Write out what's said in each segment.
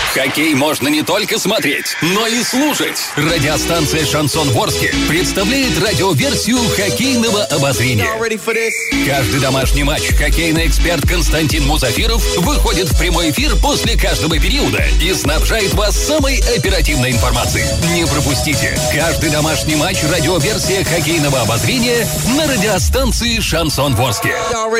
Хоккей можно не только смотреть, но и слушать. Радиостанция «Шансон Ворске» представляет радиоверсию хоккейного обозрения. Каждый домашний матч хоккейный эксперт Константин Музафиров выходит в прямой эфир после каждого периода и снабжает вас самой оперативной информацией. Не пропустите каждый домашний матч радиоверсия хоккейного обозрения на радиостанции «Шансон Ворске».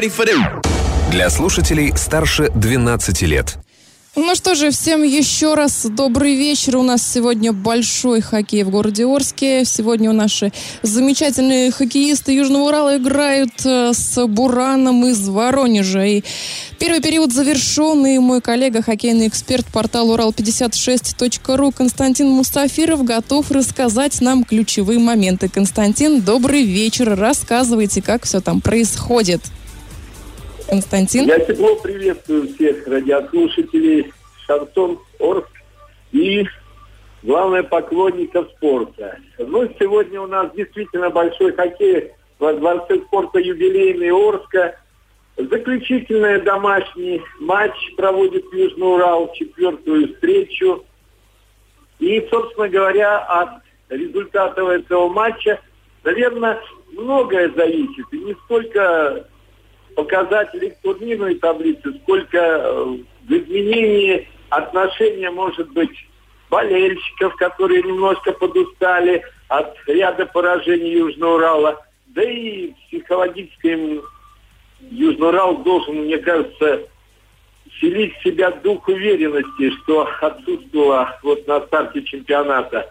Для слушателей старше 12 лет. Ну что же, всем еще раз добрый вечер. У нас сегодня большой хоккей в городе Орске. Сегодня наши замечательные хоккеисты Южного Урала играют с Бураном из Воронежа. И первый период завершен, и мой коллега, хоккейный эксперт портала Урал56.ру Константин Мустафиров готов рассказать нам ключевые моменты. Константин, добрый вечер. Рассказывайте, как все там происходит. Константин? Я тепло приветствую всех радиослушателей «Шансон Орск» и, главное, поклонников спорта. Ну, сегодня у нас действительно большой хоккей во Дворце спорта юбилейный Орска. Заключительный домашний матч проводит Южный Урал, 4-ю встречу. И, собственно говоря, от результатов этого матча, наверное, многое зависит. И не столько показателей турнирной таблицы, сколько в изменении отношения, может быть, болельщиков, которые немножко подустали от ряда поражений Южного Урала. Да и психологически Южный Урал должен, мне кажется, вселить в себя дух уверенности, что отсутствовало вот на старте чемпионата.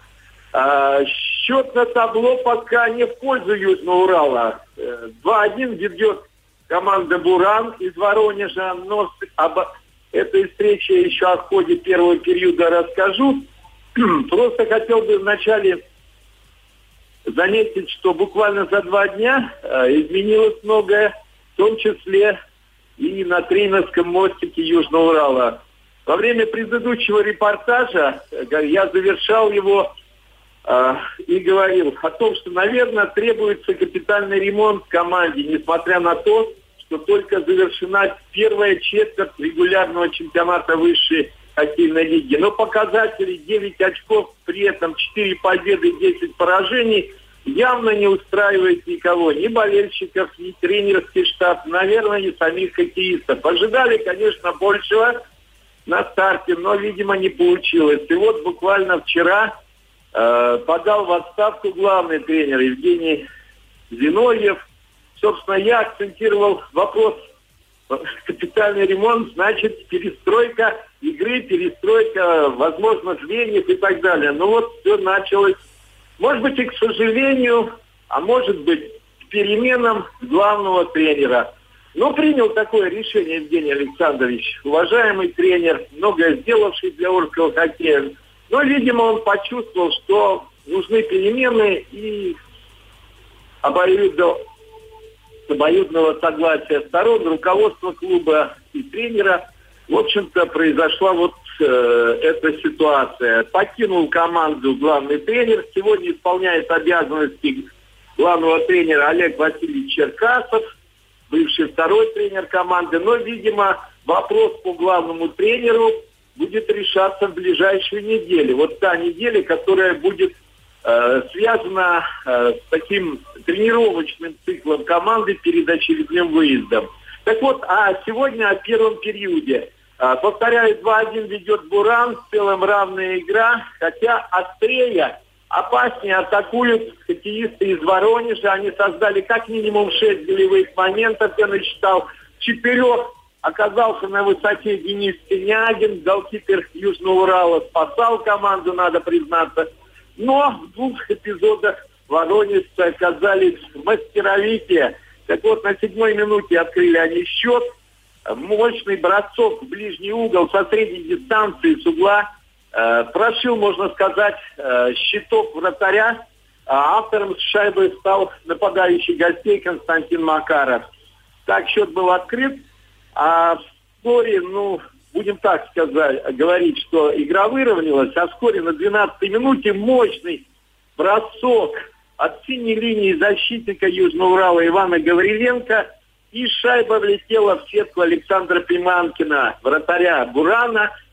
Счет на табло пока не в пользу Южного Урала. 2-1 ведет команда «Буран» из Воронежа, но об этой встрече еще о ходе первого периода расскажу. Просто хотел бы вначале заметить, что буквально за 2 дня изменилось многое, в том числе и на тренерском мостике Южного Урала. Во время предыдущего репортажа я завершал его и говорил о том, что, наверное, требуется капитальный ремонт в команде, несмотря на то, что только завершена первая четверть регулярного чемпионата высшей хоккейной лиги. Но показатели 9 очков, при этом 4 победы, 10 поражений явно не устраивает никого. Ни болельщиков, ни тренерский штаб, наверное, ни самих хоккеистов. Ожидали, конечно, большего на старте, но, видимо, не получилось. И вот буквально вчера подал в отставку главный тренер Евгений Зиновьев. Собственно, я акцентировал вопрос: капитальный ремонт, значит, перестройка игры, перестройка, возможно, звеньев и так далее. Ну вот все началось, может быть, и к сожалению, а может быть, к переменам главного тренера. Но принял такое решение Евгений Александрович, уважаемый тренер, многое сделавший для орского хоккея. Но, видимо, он почувствовал, что нужны перемены, и обоюдного согласия сторон, руководства клуба и тренера, в общем-то, произошла вот эта ситуация. Покинул команду главный тренер. Сегодня исполняет обязанности главного тренера Олег Васильевич Черкасов, бывший второй тренер команды. Но, видимо, вопрос по главному тренеру будет решаться в ближайшие недели. Вот та неделя, которая будет связана с таким тренировочным циклом команды перед очередным выездом. Так вот, сегодня о первом периоде. Повторяю, 2-1 ведет Буран, в целом равная игра, хотя острее, опаснее атакуют хоккеисты из Воронежа. Они создали как минимум 6 голевых моментов, я насчитал 4. Оказался на высоте Денис Синягин, голкипер Южного Урала, спасал команду, надо признаться. Но в 2 эпизодах воронежцы оказались мастеровитее. Так вот, на 7-й минуте открыли они счет. Мощный бросок в ближний угол со средней дистанции с угла прошил, можно сказать, щиток вратаря. Автором шайбы стал нападающий гостей Константин Макаров. Так счет был открыт. А вскоре, будем так говорить, что игра выровнялась, а вскоре на 12-й минуте мощный бросок от синей линии защитника Южного Урала Ивана Гавриленко, и шайба влетела в сетку Александра Приманкина, вратаря Бурана,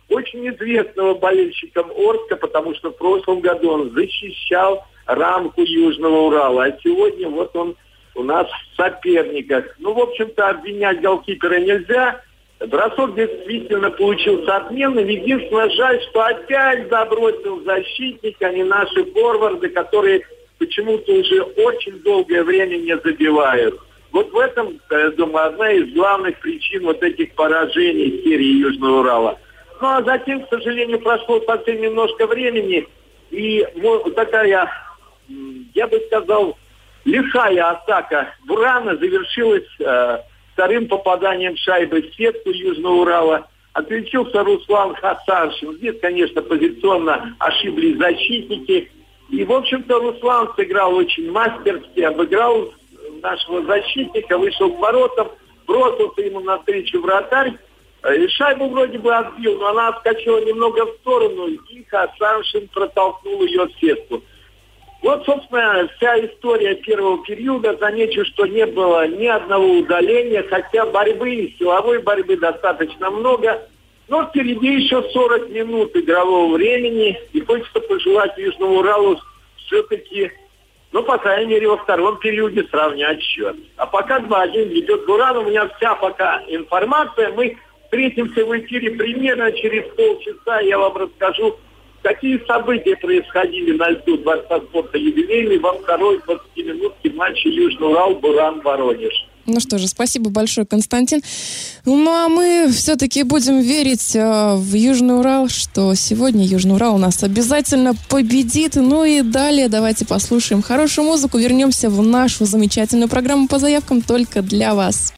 очень известного болельщикам Орска, потому что в прошлом году он защищал рамку Южного Урала. А сегодня вот он у нас в соперниках. Ну, в общем-то, обвинять голкипера нельзя. Бросок действительно получился отменным. Единственное, жаль, что опять забросил защитник, а не наши форварды, которые почему-то уже очень долгое время не забивают. Вот в этом, я думаю, одна из главных причин вот этих поражений серии Южного Урала. Ну, а затем, к сожалению, прошло совсем немножко времени, и вот такая, я бы сказал, лихая атака Бурана завершилась вторым попаданием шайбы в сетку Южного Урала. Отличился Руслан Хасаншин. Здесь, конечно, позиционно ошиблись защитники. И, в общем-то, Руслан сыграл очень мастерски, обыграл нашего защитника, вышел к воротам, бросился ему навстречу вратарь. И шайбу вроде бы отбил, но она отскочила немного в сторону, и Хасаншин протолкнул ее в сетку. Вот, собственно, вся история первого периода. Замечу, что не было ни одного удаления, хотя борьбы, силовой борьбы достаточно много. Но впереди еще 40 минут игрового времени. И хочется пожелать Южному Уралу все-таки, ну, по крайней мере, во втором периоде сравнять счет. А пока 2-1 ведет Буран. У меня вся пока информация. Мы встретимся в эфире примерно через полчаса. Я вам расскажу, какие события происходили на льду Дворца спорта юбилейный во второй 20-минутке матча Южный Урал Буран-Воронеж. Ну что же, спасибо большое, Константин. Ну а мы все-таки будем верить в Южный Урал, что сегодня Южный Урал у нас обязательно победит. Ну и далее давайте послушаем хорошую музыку, вернемся в нашу замечательную программу по заявкам только для вас.